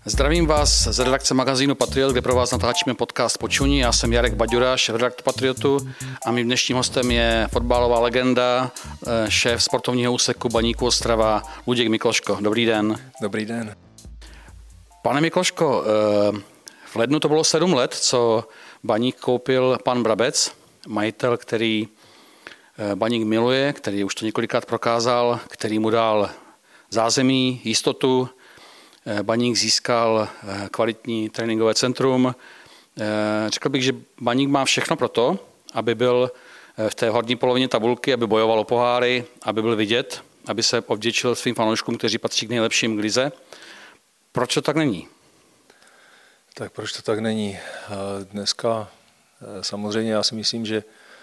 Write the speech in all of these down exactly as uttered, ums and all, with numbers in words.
Zdravím vás z redakce magazínu Patriot, kde pro vás natáčíme podcast Počuní. Já jsem Jarek Baďura, šéf redaktor Patriotu a mým dnešním hostem je fotbalová legenda, šéf sportovního úseku Baníku Ostrava Luděk Mikloško. Dobrý den. Dobrý den. Pane Mikloško, v lednu to bylo sedm let, co Baník koupil pan Brabec, majitel, který Baník miluje, který už to několikrát prokázal, který mu dal zázemí, jistotu. Baník získal kvalitní tréninkové centrum. Řekl bych, že Baník má všechno pro to, aby byl v té horní polovině tabulky, aby bojoval o poháry, aby byl vidět, aby se povděčil svým fanouškům, kteří patří k nejlepším k lize. Proč to tak není? Tak proč to tak není? Dneska samozřejmě já si myslím, že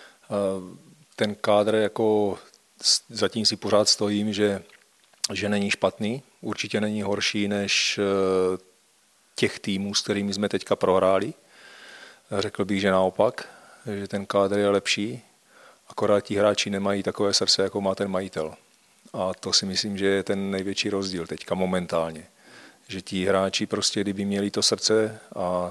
ten kádr jako zatím si pořád stojím, že, že není špatný. Určitě není horší než těch týmů, s kterými jsme teďka prohráli. Řekl bych, že naopak, že ten kádr je lepší, akorát ti hráči nemají takové srdce, jako má ten majitel. A to si myslím, že je ten největší rozdíl teďka momentálně. Že ti hráči prostě, kdyby měli to srdce a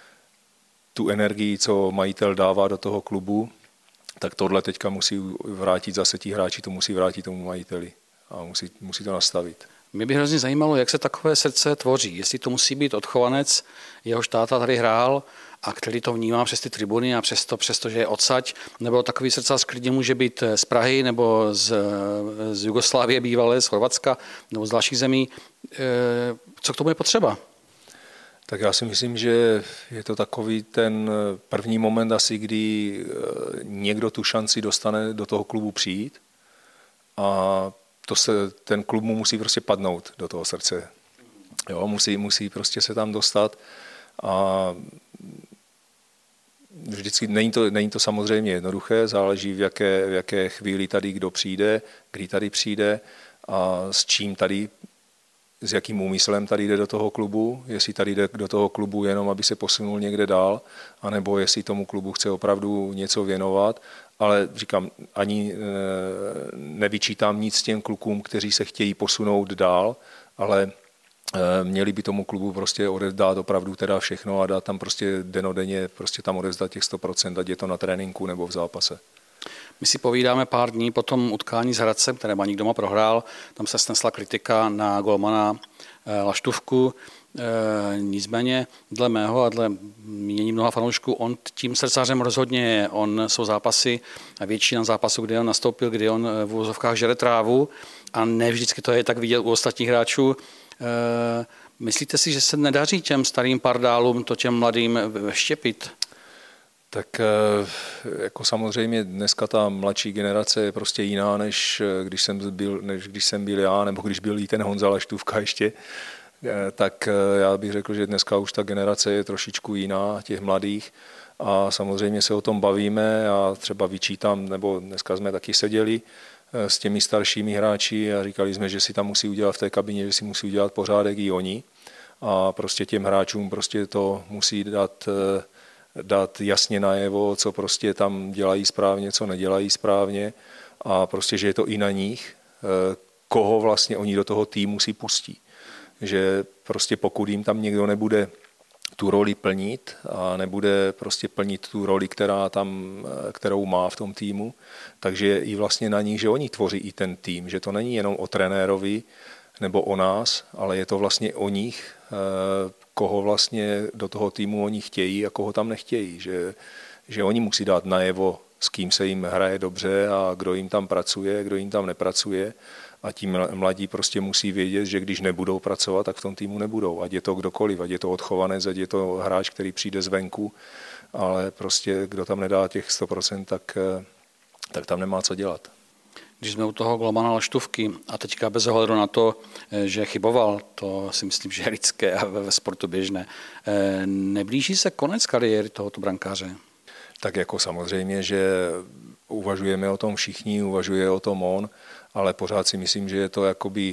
tu energii, co majitel dává do toho klubu, tak tohle teďka musí vrátit zase ti hráči, to musí vrátit tomu majiteli a musí, musí to nastavit. Mě by hrozně zajímalo, jak se takové srdce tvoří. Jestli to musí být odchovanec, jehož táta tady hrál a který to vnímá přes ty tribuny a přesto, přesto že je odsaď, nebo takový srdcař klidně může být z Prahy nebo z, z Jugoslávie bývalé, z Chorvatska nebo z dalších zemí. Co k tomu je potřeba? Tak já si myslím, že je to takový ten první moment asi, kdy někdo tu šanci dostane do toho klubu přijít a to se, ten klub mu musí prostě padnout do toho srdce. Jo, musí, musí prostě se tam dostat a vždycky není to, není to samozřejmě jednoduché, záleží v jaké, v jaké chvíli tady kdo přijde, kdy tady přijde a s čím tady, s jakým úmyslem tady jde do toho klubu, jestli tady jde do toho klubu jenom, aby se posunul někde dál, anebo jestli tomu klubu chce opravdu něco věnovat. Ale říkám, ani nevyčítám nic těm klukům, kteří se chtějí posunout dál, ale měli by tomu klubu prostě odevzdat opravdu teda všechno a dát tam prostě denodenně prostě tam odevzdat těch sto procent, ať je to na tréninku nebo v zápase. My si povídáme pár dní po tom utkání s Hradcem, které Baník doma prohrál. Tam se snesla kritika na golmana Laštůvku. E, nicméně dle mého a dle mínění mnoha fanoušků, on tím srdcařem rozhodně je. On jsou zápasy, většina zápasů, kdy on nastoupil, kdy on v úvozovkách žere trávu a ne vždycky to je tak vidět u ostatních hráčů. E, myslíte si, že se nedaří těm starým pardálům to těm mladým vštěpit? Tak jako samozřejmě dneska ta mladší generace je prostě jiná, než když jsem byl, než když jsem byl já, nebo když byl i ten Honza Laštůvka ještě, tak já bych řekl, že dneska už ta generace je trošičku jiná, těch mladých a samozřejmě se o tom bavíme a třeba vyčítám, nebo dneska jsme taky seděli s těmi staršími hráči a říkali jsme, že si tam musí udělat v té kabině, že si musí udělat pořádek i oni a prostě těm hráčům prostě to musí dát dát jasně najevo, co prostě tam dělají správně, co nedělají správně a prostě, že je to i na nich, koho vlastně oni do toho týmu si pustí. Že prostě pokud jim tam někdo nebude tu roli plnit a nebude prostě plnit tu roli, která tam, kterou má v tom týmu, takže je i vlastně na nich, že oni tvoří i ten tým, že to není jenom o trenérovi nebo o nás, ale je to vlastně o nich, koho vlastně do toho týmu oni chtějí a koho tam nechtějí. Že, že oni musí dát najevo, s kým se jim hraje dobře a kdo jim tam pracuje, kdo jim tam nepracuje. A ti mladí prostě musí vědět, že když nebudou pracovat, tak v tom týmu nebudou. Ať je to kdokoliv, ať je to odchovanec, ať je to hráč, který přijde zvenku, ale prostě kdo tam nedá těch sto procent, tak, tak tam nemá co dělat. Když jsme u toho golmana Laštůvky a teďka bez ohledu na to, že chyboval, to si myslím, že je lidské a ve sportu běžné, neblíží se konec kariéry tohoto brankáře? Tak jako samozřejmě, že uvažujeme o tom všichni, uvažuje o tom on, ale pořád si myslím, že je to jakoby,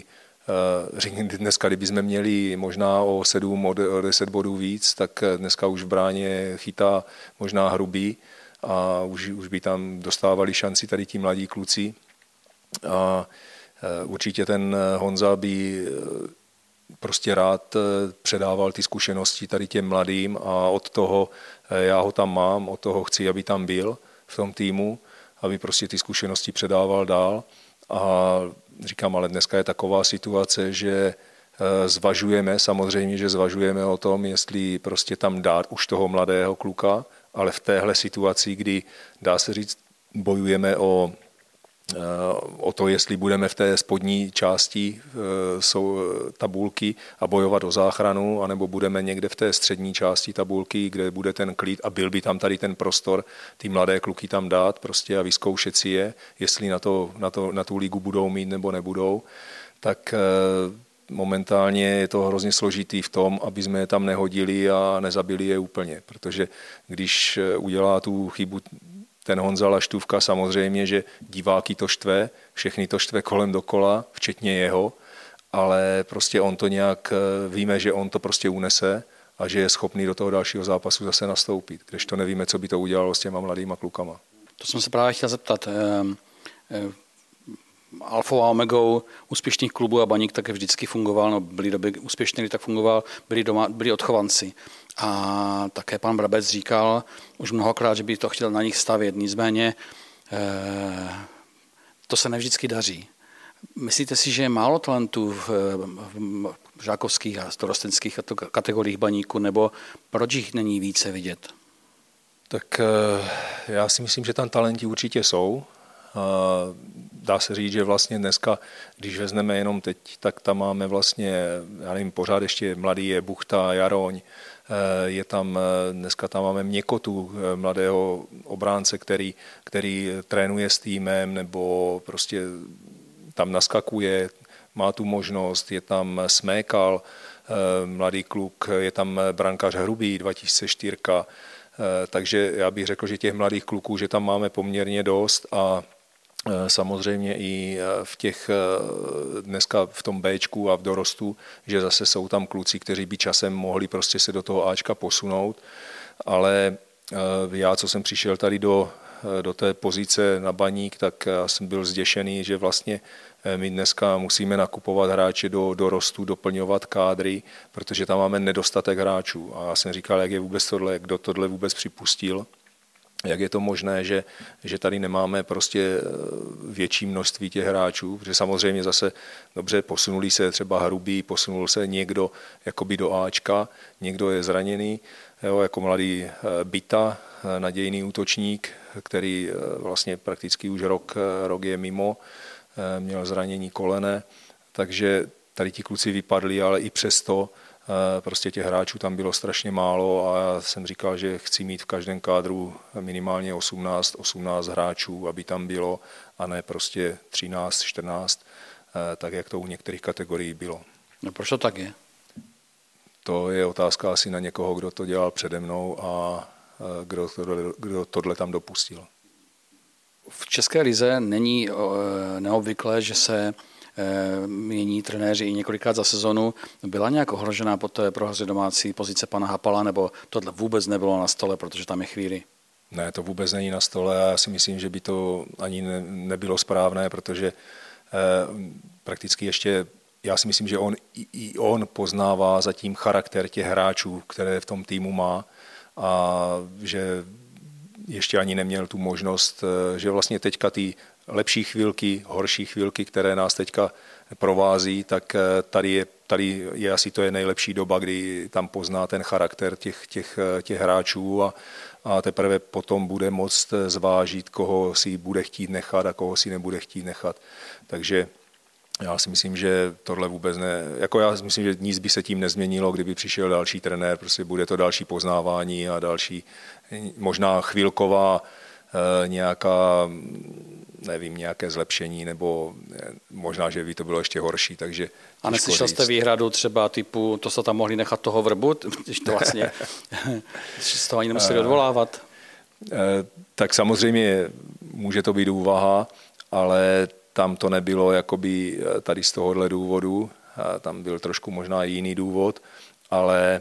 dneska, kdybychom měli možná o sedm, o deset bodů víc, tak dneska už v bráně chytá možná Hrubý a už, už by tam dostávali šanci tady ti mladí kluci. A určitě ten Honza by prostě rád předával ty zkušenosti tady těm mladým a od toho já ho tam mám, od toho chci, aby tam byl v tom týmu, aby prostě ty zkušenosti předával dál. A říkám, ale dneska je taková situace, že zvažujeme, samozřejmě, že zvažujeme o tom, jestli prostě tam dát už toho mladého kluka, ale v téhle situaci, kdy dá se říct, bojujeme o, o to, jestli budeme v té spodní části jsou tabulky a bojovat o záchranu, anebo budeme někde v té střední části tabulky, kde bude ten klid a byl by tam tady ten prostor, ty mladé kluky tam dát prostě a vyzkoušet si je, jestli na, to, na, to, na tu ligu budou mít nebo nebudou, tak momentálně je to hrozně složitý v tom, aby jsme je tam nehodili a nezabili je úplně, protože když udělá tu chybu ten Honza Laštůvka, samozřejmě, že diváky to štve, všechny to štve kolem dokola, včetně jeho, ale prostě on to nějak, víme, že on to prostě unese a že je schopný do toho dalšího zápasu zase nastoupit, když to nevíme, co by to udělalo s těma mladýma klukama. To jsem se právě chtěl zeptat. Alfou a omegou úspěšných klubů a Baník také vždycky fungoval, no byli doby úspěšní, tak fungoval, byli, doma, byli odchovanci. A také pan Brabec říkal už mnohokrát, že by to chtěl na nich stavět, nicméně eh, to se nevždycky daří. Myslíte si, že je málo talentů v, v žákovských a dorostenských kategoriích Baníku, nebo proč jich není více vidět? Tak eh, já si myslím, že tam talenti určitě jsou. Dá se říct, že vlastně dneska, když vezmeme jenom teď, tak tam máme vlastně, já nevím, pořád ještě mladý je Buchta, Jaroň, je tam, dneska tam máme Měkotu, mladého obránce, který, který trénuje s týmem nebo prostě tam naskakuje, má tu možnost, je tam Smékal, mladý kluk, je tam brankář Hrubý, dva tisíce čtyři, takže já bych řekl, že těch mladých kluků, že tam máme poměrně dost a samozřejmě i v těch dneska v tom Bčku a v dorostu, že zase jsou tam kluci, kteří by časem mohli prostě se do toho Ačka posunout, ale já, co jsem přišel tady do, do té pozice na Baník, tak já jsem byl zděšený, že vlastně my dneska musíme nakupovat hráče do dorostu, doplňovat kádry, protože tam máme nedostatek hráčů. A já jsem říkal, jak je vůbec tohle, kdo tohle vůbec připustil. Jak je to možné, že, že tady nemáme prostě větší množství těch hráčů, protože samozřejmě zase dobře posunuli se třeba Hrubý, posunul se někdo jakoby do Ačka, někdo je zraněný, jo, jako mladý Bita, nadějný útočník, který vlastně prakticky už rok, rok je mimo, měl zranění kolene, takže tady ti kluci vypadli, ale i přesto prostě těch hráčů tam bylo strašně málo a já jsem říkal, že chci mít v každém kádru minimálně osmnáct, osmnáct hráčů, aby tam bylo a ne prostě třináct, čtrnáct, tak jak to u některých kategorií bylo. No proč to tak je? To je otázka asi na někoho, kdo to dělal přede mnou a kdo, kdo tohle tam dopustil. V České lize není neobvyklé, že se mění trenéři i několikrát za sezonu. Byla nějak ohrožená po té prohře domácí pozice pana Hapala, nebo tohle vůbec nebylo na stole, protože tam je chvíli? Ne, to vůbec není na stole a já si myslím, že by to ani ne, nebylo správné, protože eh, prakticky ještě, já si myslím, že on, i, i on poznává zatím charakter těch hráčů, které v tom týmu má a že ještě ani neměl tu možnost, že vlastně teďka ty lepší chvílky, horší chvílky, které nás teďka provází, tak tady je, tady je asi to je nejlepší doba, kdy tam pozná ten charakter těch, těch, těch hráčů a, a teprve potom bude moct zvážit, koho si bude chtít nechat a koho si nebude chtít nechat. Takže já si myslím, že tohle vůbec ne, jako já si myslím, že nic by se tím nezměnilo, kdyby přišel další trenér, prostě bude to další poznávání a další možná chvílková nějaká, nevím, nějaké zlepšení, nebo možná, že by to bylo ještě horší, takže... A neslyšel jste výhradu třeba typu, to se tam mohli nechat toho Vrbu, když to vlastně z toho ani nemuseli odvolávat? Tak samozřejmě může to být úvaha, ale tam to nebylo jakoby tady z tohohle důvodu, tam byl trošku možná jiný důvod, ale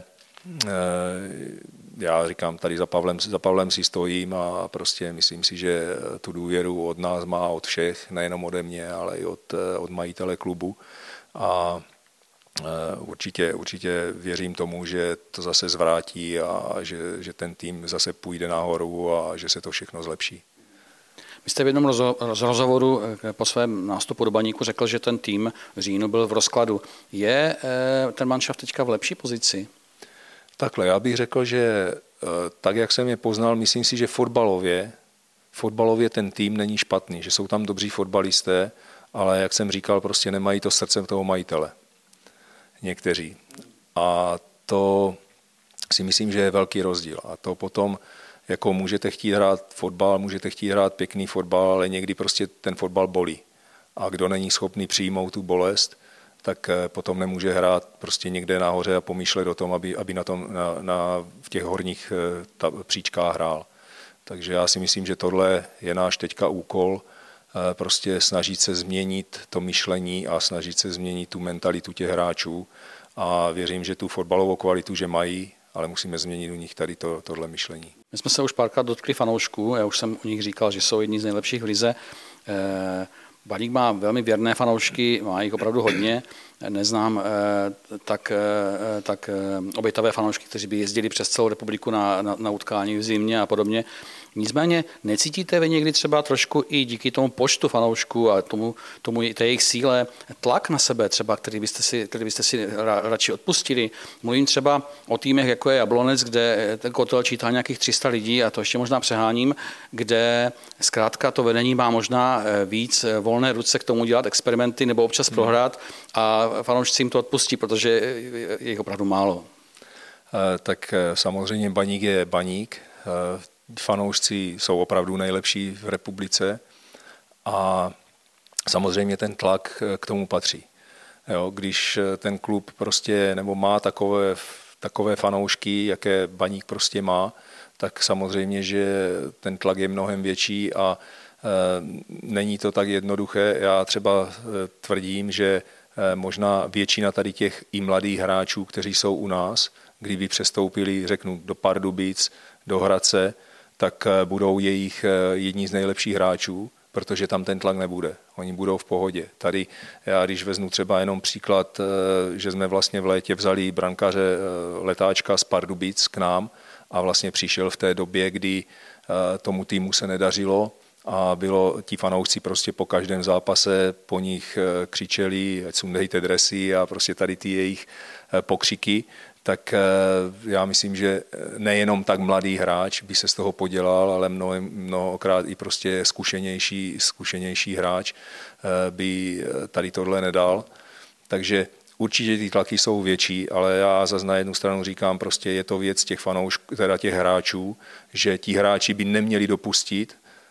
já říkám, tady za Pavlem, za Pavlem si stojím a prostě myslím si, že tu důvěru od nás má, od všech, nejenom ode mě, ale i od, od majitele klubu. A určitě, určitě věřím tomu, že to zase zvrátí a že, že ten tým zase půjde nahoru a že se to všechno zlepší. Vy jste v jednom z rozhovoru po svém nástupu do Baníku řekl, že ten tým v říjnu byl v rozkladu. Je ten manšaft teďka v lepší pozici? Takhle, já bych řekl, že tak, jak jsem je poznal, myslím si, že fotbalově, fotbalově ten tým není špatný, že jsou tam dobří fotbalisté, ale jak jsem říkal, prostě nemají to srdcem toho majitele. Někteří. A to si myslím, že je velký rozdíl. A to potom, jako můžete chtít hrát fotbal, můžete chtít hrát pěkný fotbal, ale někdy prostě ten fotbal bolí. A kdo není schopný přijmout tu bolest, tak potom nemůže hrát prostě někde nahoře a pomýšlet o tom, aby, aby na tom, na, na, v těch horních ta, příčkách hrál. Takže já si myslím, že tohle je náš teďka úkol, prostě snažit se změnit to myšlení a snažit se změnit tu mentalitu těch hráčů a věřím, že tu fotbalovou kvalitu, že mají, ale musíme změnit u nich tady to, tohle myšlení. My jsme se už párkrát dotkli fanoušků, já už jsem o nich říkal, že jsou jedni z nejlepších v lize. Baník má velmi věrné fanoušky, má jich opravdu hodně. Neznám tak, tak obětavé fanoušky, kteří by jezdili přes celou republiku na, na, na utkání v zimě a podobně. Nicméně necítíte vy někdy třeba trošku i díky tomu počtu fanoušků a tomu, tomu té jejich síle tlak na sebe třeba, který byste si, který byste si ra, radši odpustili? Mluvím třeba o týmech, jako je Jablonec, kde ten kotel čítá nějakých tři sta lidí a to ještě možná přeháním, kde zkrátka to vedení má možná víc volné ruce k tomu dělat experimenty nebo občas prohrát a fanoušci jim to odpustí, protože je jich opravdu málo. Tak samozřejmě Baník je Baník. Fanoušci jsou opravdu nejlepší v republice a samozřejmě ten tlak k tomu patří. Jo, když ten klub prostě nebo má takové, takové fanoušky, jaké Baník prostě má, tak samozřejmě, že ten tlak je mnohem větší a e, není to tak jednoduché. Já třeba tvrdím, že e, možná většina tady těch i mladých hráčů, kteří jsou u nás, kdyby přestoupili, řeknu, do Pardubic, do Hradce, tak budou jejich jedni z nejlepších hráčů, protože tam ten tlak nebude. Oni budou v pohodě. Tady, já když vezmu třeba jenom příklad, že jsme vlastně v létě vzali brankaře letáčka z Pardubic k nám a vlastně přišel v té době, kdy tomu týmu se nedařilo a bylo, ti fanoušci prostě po každém zápase po nich křičeli, ať sundejte dresy a prostě tady ty jejich pokřiky, tak já myslím, že nejenom tak mladý hráč by se z toho podělal, ale mnoho, mnohokrát i prostě zkušenější, zkušenější hráč by tady tohle nedal. Takže určitě ty tlaky jsou větší, ale já zase na jednu stranu říkám, prostě je to věc těch fanoušků, teda těch hráčů, že ti hráči by neměli dopustit,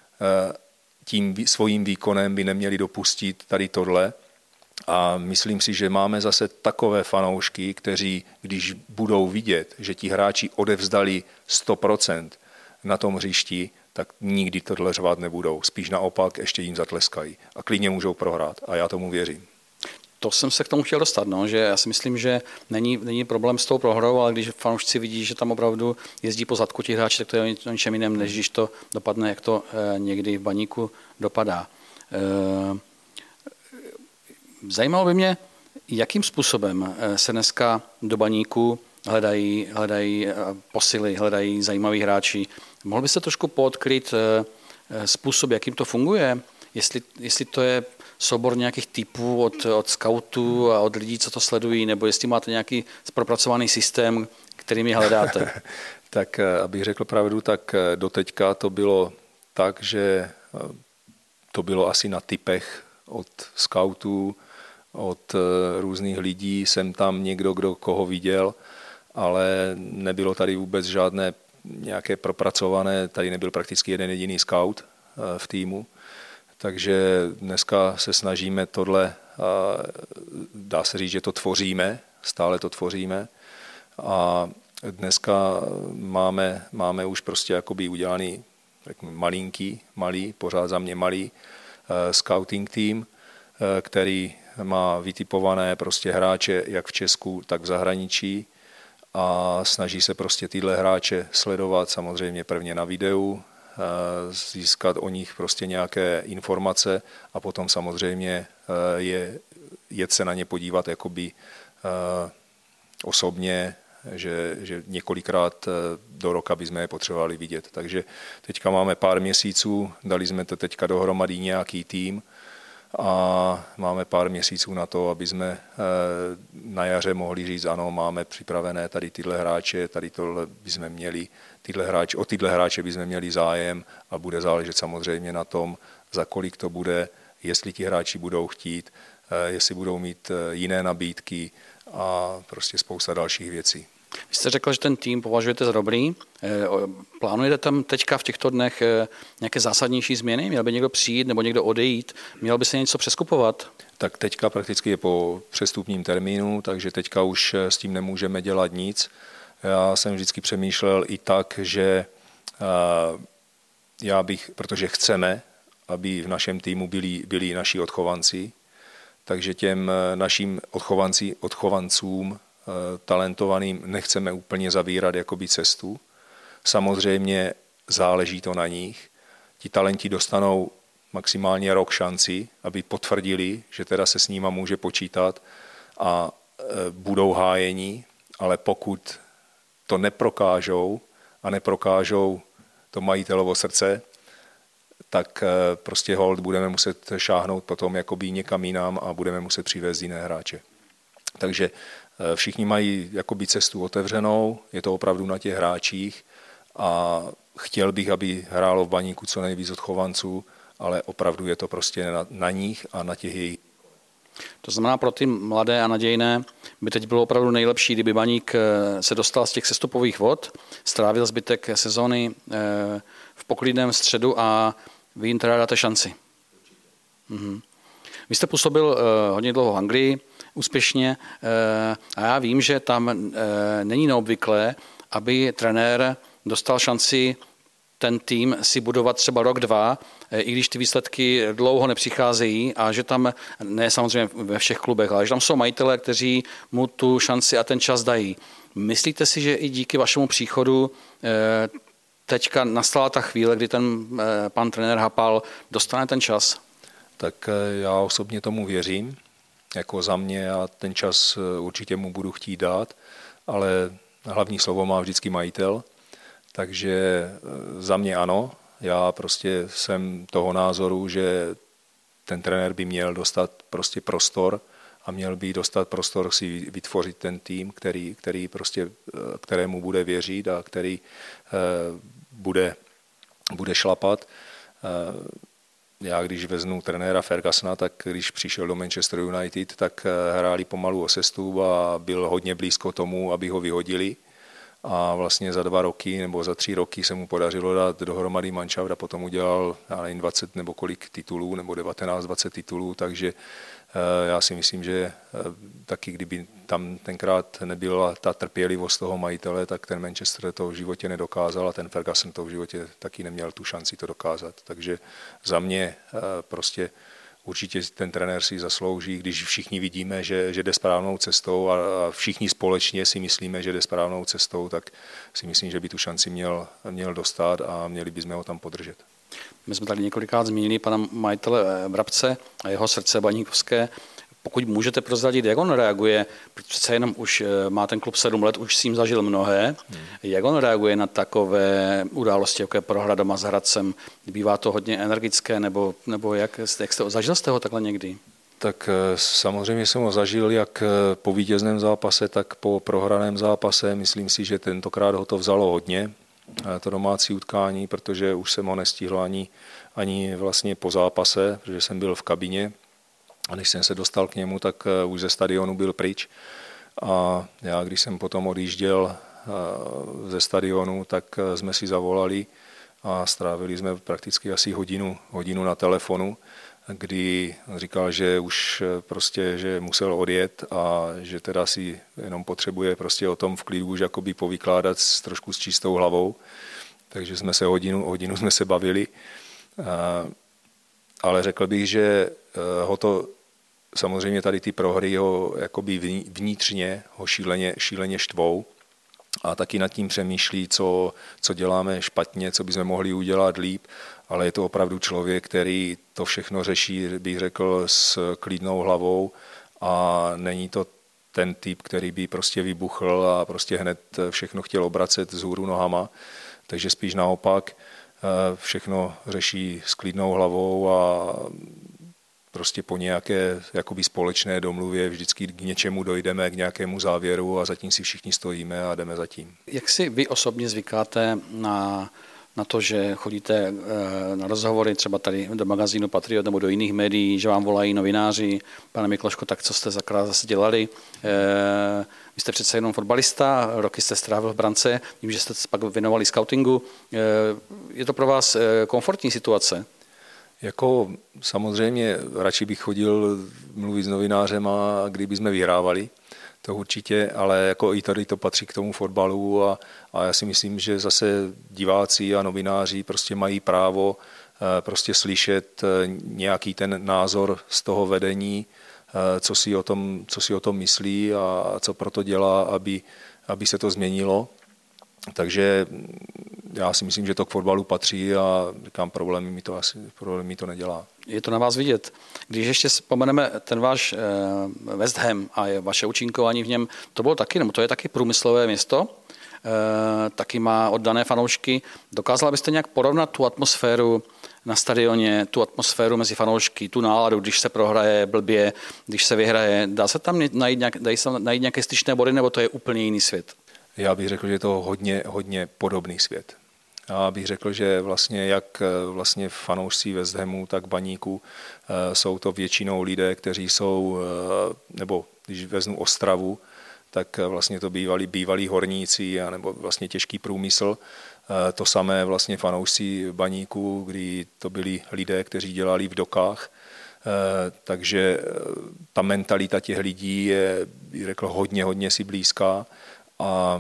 tím svým výkonem by neměli dopustit tady tohle. A myslím si, že máme zase takové fanoušky, kteří, když budou vidět, že ti hráči odevzdali sto procent na tom hřišti, tak nikdy tohle řvát nebudou. Spíš naopak ještě jim zatleskají a klidně můžou prohrát. A já tomu věřím. To jsem se k tomu chtěl dostat, no, že já si myslím, že není, není problém s tou prohrou, ale když fanoušci vidí, že tam opravdu jezdí po zadku ti hráči, tak to je o ničem jiném, než když to dopadne, jak to eh, někdy v Baníku dopadá. Eh, Zajímalo by mě, jakým způsobem se dneska do Baníku hledají, hledají posily, hledají zajímaví hráči. Mohl byste trošku poodkryt způsob, jakým to funguje? Jestli, jestli to je soubor nějakých typů od, od scoutů a od lidí, co to sledují, nebo jestli máte nějaký propracovaný systém, kterým je hledáte? Tak abych řekl pravdu, tak doteďka to bylo tak, že to bylo asi na typech od scoutů, od různých lidí, jsem tam někdo, kdo koho viděl, ale nebylo tady vůbec žádné nějaké propracované, tady nebyl prakticky jeden jediný scout v týmu, takže dneska se snažíme tohle, dá se říct, že to tvoříme, stále to tvoříme a dneska máme, máme už prostě jakoby udělaný malinký, malý, pořád za mě malý scouting tým, který má vytipované prostě hráče jak v Česku, tak v zahraničí a snaží se prostě tyhle hráče sledovat samozřejmě prvně na videu, získat o nich prostě nějaké informace a potom samozřejmě je, jet se na ně podívat jakoby osobně, že, že několikrát do roka bychom je potřebovali vidět. Takže teďka máme pár měsíců, dali jsme to teďka dohromady nějaký tým a máme pár měsíců na to, aby jsme na jaře mohli říct, ano, máme připravené tady tyhle hráče, tady tohle bychom měli, tyhle hráče, o tyhle hráče bychom měli zájem a bude záležet samozřejmě na tom, za kolik to bude, jestli ti hráči budou chtít, jestli budou mít jiné nabídky a prostě spousta dalších věcí. Vy jste řekl, že ten tým považujete za dobrý. Plánujete tam teďka v těchto dnech nějaké zásadnější změny? Měl by někdo přijít nebo někdo odejít? Měl by se něco přeskupovat? Tak teďka prakticky je po přestupním termínu, takže teďka už s tím nemůžeme dělat nic. Já jsem vždycky přemýšlel i tak, že já bych, protože chceme, aby v našem týmu byli, byli naši odchovanci, takže těm našim odchovanci, odchovancům talentovaným nechceme úplně zavírat jakoby cestu. Samozřejmě záleží to na nich. Ti talenti dostanou maximálně rok šanci, aby potvrdili, že teda se s nima může počítat a budou hájení, ale pokud to neprokážou a neprokážou to majitelovo srdce, tak prostě hold budeme muset šáhnout potom jakoby někam jinam a budeme muset přivést jiné hráče. Takže všichni mají jakoby cestu otevřenou, je to opravdu na těch hráčích a chtěl bych, aby hrálo v Baníku co nejvíc odchovanců, ale opravdu je to prostě na, na nich a na těch jejich. To znamená, pro ty mladé a nadějné by teď bylo opravdu nejlepší, kdyby Baník se dostal z těch sestupových vod, strávil zbytek sezóny v poklidném středu a vy jim teda dáte šanci. Mhm. Vy jste působil hodně dlouho v Anglii, úspěšně, a já vím, že tam není neobvyklé, aby trenér dostal šanci ten tým si budovat třeba rok, dva, i když ty výsledky dlouho nepřicházejí a že tam, ne samozřejmě ve všech klubech, ale že tam jsou majitelé, kteří mu tu šanci a ten čas dají. Myslíte si, že i díky vašemu příchodu teďka nastala ta chvíle, kdy ten pan trenér Hapal dostane ten čas? Tak já osobně tomu věřím. Jako za mě já ten čas určitě mu budu chtít dát, ale hlavní slovo má vždycky majitel. Takže za mě ano, já prostě jsem toho názoru, že ten trenér by měl dostat prostě prostor a měl by dostat prostor si vytvořit ten tým, který, který prostě, kterému bude věřit a který bude, bude šlapat. Já když veznu trenéra Fergusona, tak když přišel do Manchester United, tak hráli pomalu o sestup a byl hodně blízko tomu, aby ho vyhodili. A vlastně za dva roky nebo za tři roky se mu podařilo dát dohromady manšaft a potom udělal, já nevím, dvacet nebo kolik titulů, nebo devatenáct dvacet titulů, takže já si myslím, že taky kdyby tam tenkrát nebyla ta trpělivost toho majitele, tak ten Manchester to v životě nedokázal a ten Ferguson to v životě taky neměl tu šanci to dokázat. Takže za mě prostě určitě ten trenér si zaslouží, když všichni vidíme, že, že jde správnou cestou a, a všichni společně si myslíme, že jde správnou cestou, tak si myslím, že by tu šanci měl, měl dostat a měli bychom ho tam podržet. My jsme tady několikrát zmínili pana majitele Brabce a jeho srdce baníkovské. Pokud můžete prozradit, jak on reaguje, přece jenom už má ten klub sedm let, už s ním zažil mnohé, hmm. jak on reaguje na takové události, jako je prohra doma s Hradcem? Bývá to hodně energické, nebo, nebo jak, jak jste, zažil jste ho takhle někdy? Tak samozřejmě jsem ho zažil jak po vítězném zápase, tak po prohraném zápase. Myslím si, že tentokrát ho to vzalo hodně, to domácí utkání, protože už jsem ho nestihl ani, ani vlastně po zápase, protože jsem byl v kabině. A než jsem se dostal k němu, tak už ze stadionu byl pryč. A já, když jsem potom odjížděl ze stadionu, tak jsme si zavolali a strávili jsme prakticky asi hodinu, hodinu na telefonu, kdy říkal, že už prostě, že musel odjet a že teda si jenom potřebuje prostě o tom v klidu už jakoby povykládat s, trošku s čistou hlavou. Takže jsme se hodinu, hodinu jsme se bavili. Ale řekl bych, že ho to, samozřejmě tady ty prohry ho jakoby vnitřně ho šíleně, šíleně štvou a taky nad tím přemýšlí, co, co děláme špatně, co bychom mohli udělat líp, ale je to opravdu člověk, který to všechno řeší, bych řekl, s klidnou hlavou a není to ten typ, který by prostě vybuchl a prostě hned všechno chtěl obracet vzhůru nohama. Takže spíš naopak všechno řeší s klidnou hlavou a prostě po nějaké jakoby společné domluvě vždycky k něčemu dojdeme, k nějakému závěru a zatím si všichni stojíme a jdeme zatím. Jak si vy osobně zvykáte na, na to, že chodíte na rozhovory třeba tady do magazínu Patriot nebo do jiných médií, že vám volají novináři, pane Mikloško, tak co jste zakrát zase dělali? Vy jste přece jenom fotbalista, roky jste strávil v brance, tím, že jste se pak věnovali scoutingu. Je to pro vás komfortní situace? Jako samozřejmě radši bych chodil mluvit s novinářem, a kdyby jsme vyhrávali, to určitě, ale jako i tady to patří k tomu fotbalu a, a já si myslím, že zase diváci a novináři prostě mají právo prostě slyšet nějaký ten názor z toho vedení, co si o tom, co si o tom myslí a co proto dělá, aby, aby se to změnilo. Takže já si myslím, že to k fotbalu patří a říkám, problémy mi to asi problémy mi to nedělá. Je to na vás vidět. Když ještě vzpomeneme ten váš West Ham a vaše účinkování v něm, to bylo taky, nebo to je taky průmyslové město, taky má oddané fanoušky. Dokázala byste nějak porovnat tu atmosféru na stadioně, tu atmosféru mezi fanoušky, tu náladu, když se prohraje blbě, když se vyhraje? Dá se tam najít, nějak, dají se najít nějaké styčné body, nebo to je úplně jiný svět? Já bych řekl, že je to hodně, hodně podobný svět. Já bych řekl, že vlastně jak vlastně fanoušci West Hamu, tak Baníku jsou to většinou lidé, kteří jsou, nebo když vezmu Ostravu, tak vlastně to bývalí, bývalí horníci a nebo vlastně těžký průmysl. To samé vlastně fanoušci Baníku, kdy to byli lidé, kteří dělali v dokách. Takže ta mentalita těch lidí je, bych řekl, hodně, hodně si blízká. A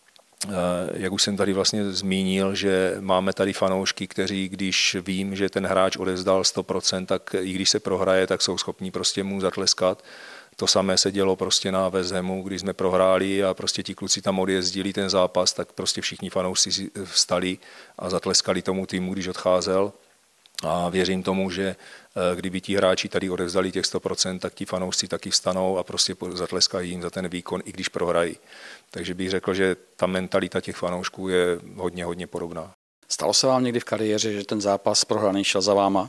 jak už jsem tady vlastně zmínil, že máme tady fanoušky, kteří, když vím, že ten hráč odevzdal sto procent, tak i když se prohraje, tak jsou schopní prostě mu zatleskat. To samé se dělo prostě na West Hamu, když jsme prohráli a prostě ti kluci tam odjezdili ten zápas, tak prostě všichni fanoušci vstali a zatleskali tomu týmu, když odcházel. A věřím tomu, že kdyby ti hráči tady odevzdali těch sto procent, tak ti fanoušci taky vstanou a prostě zatleskají jim za ten výkon, i když prohrají. Takže bych řekl, že ta mentalita těch fanoušků je hodně, hodně podobná. Stalo se vám někdy v kariéře, že ten zápas prohraný šel za váma?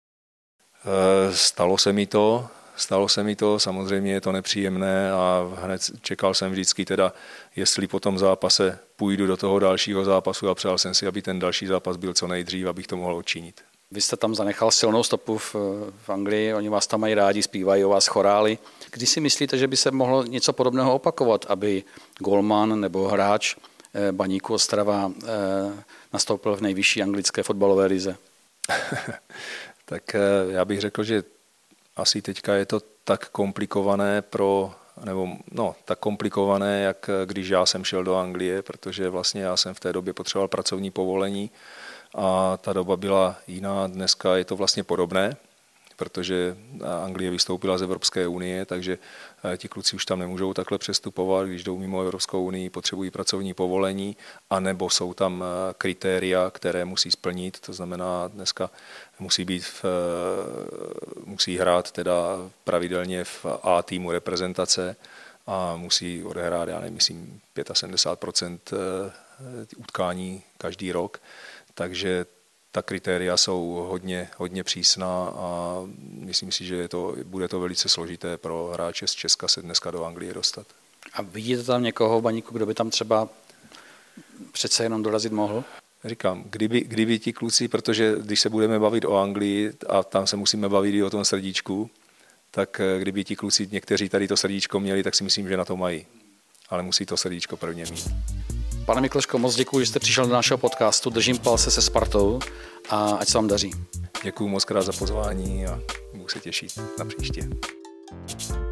Stalo se mi to, stalo se mi to, samozřejmě je to nepříjemné a hned čekal jsem vždycky teda, jestli po tom zápase půjdu do toho dalšího zápasu a přál jsem si, aby ten další zápas byl co nejdřív, abych to mohl odčinit. Vy jste tam zanechal silnou stopu v, v Anglii, oni vás tam mají rádi, zpívají o vás chorály. Kdy si myslíte, že by se mohlo něco podobného opakovat, aby golman nebo hráč Baníku Ostrava nastoupil v nejvyšší anglické fotbalové lize? Tak já bych řekl, že asi teďka je to tak komplikované pro, nebo no, tak komplikované, jak když já jsem šel do Anglie, protože vlastně já jsem v té době potřeboval pracovní povolení a ta doba byla jiná. Dneska je to vlastně podobné, protože Anglie vystoupila z Evropské unie, takže ti kluci už tam nemůžou takhle přestupovat, když jdou mimo Evropskou unii, potřebují pracovní povolení, anebo jsou tam kritéria, které musí splnit, to znamená dneska musí být v, musí hrát teda pravidelně v A týmu reprezentace a musí odehrát, já nemyslím, sedmdesát pět procent utkání každý rok, takže ta kritéria jsou hodně, hodně přísná a myslím si, že je to, bude to velice složité pro hráče z Česka se dneska do Anglie dostat. A vidíte tam někoho v Baníku, kdo by tam třeba přece jenom dorazit mohl? Říkám, kdyby, kdyby ti kluci, protože když se budeme bavit o Anglii a tam se musíme bavit i o tom srdíčku, tak kdyby ti kluci někteří tady to srdíčko měli, tak si myslím, že na to mají. Ale musí to srdíčko prvně mít. Pane Mikloško, moc děkuji, že jste přišel do našeho podcastu. Držím palce se Spartou a ať se vám daří. Děkuji moc krát za pozvání a budu se těšit na příště.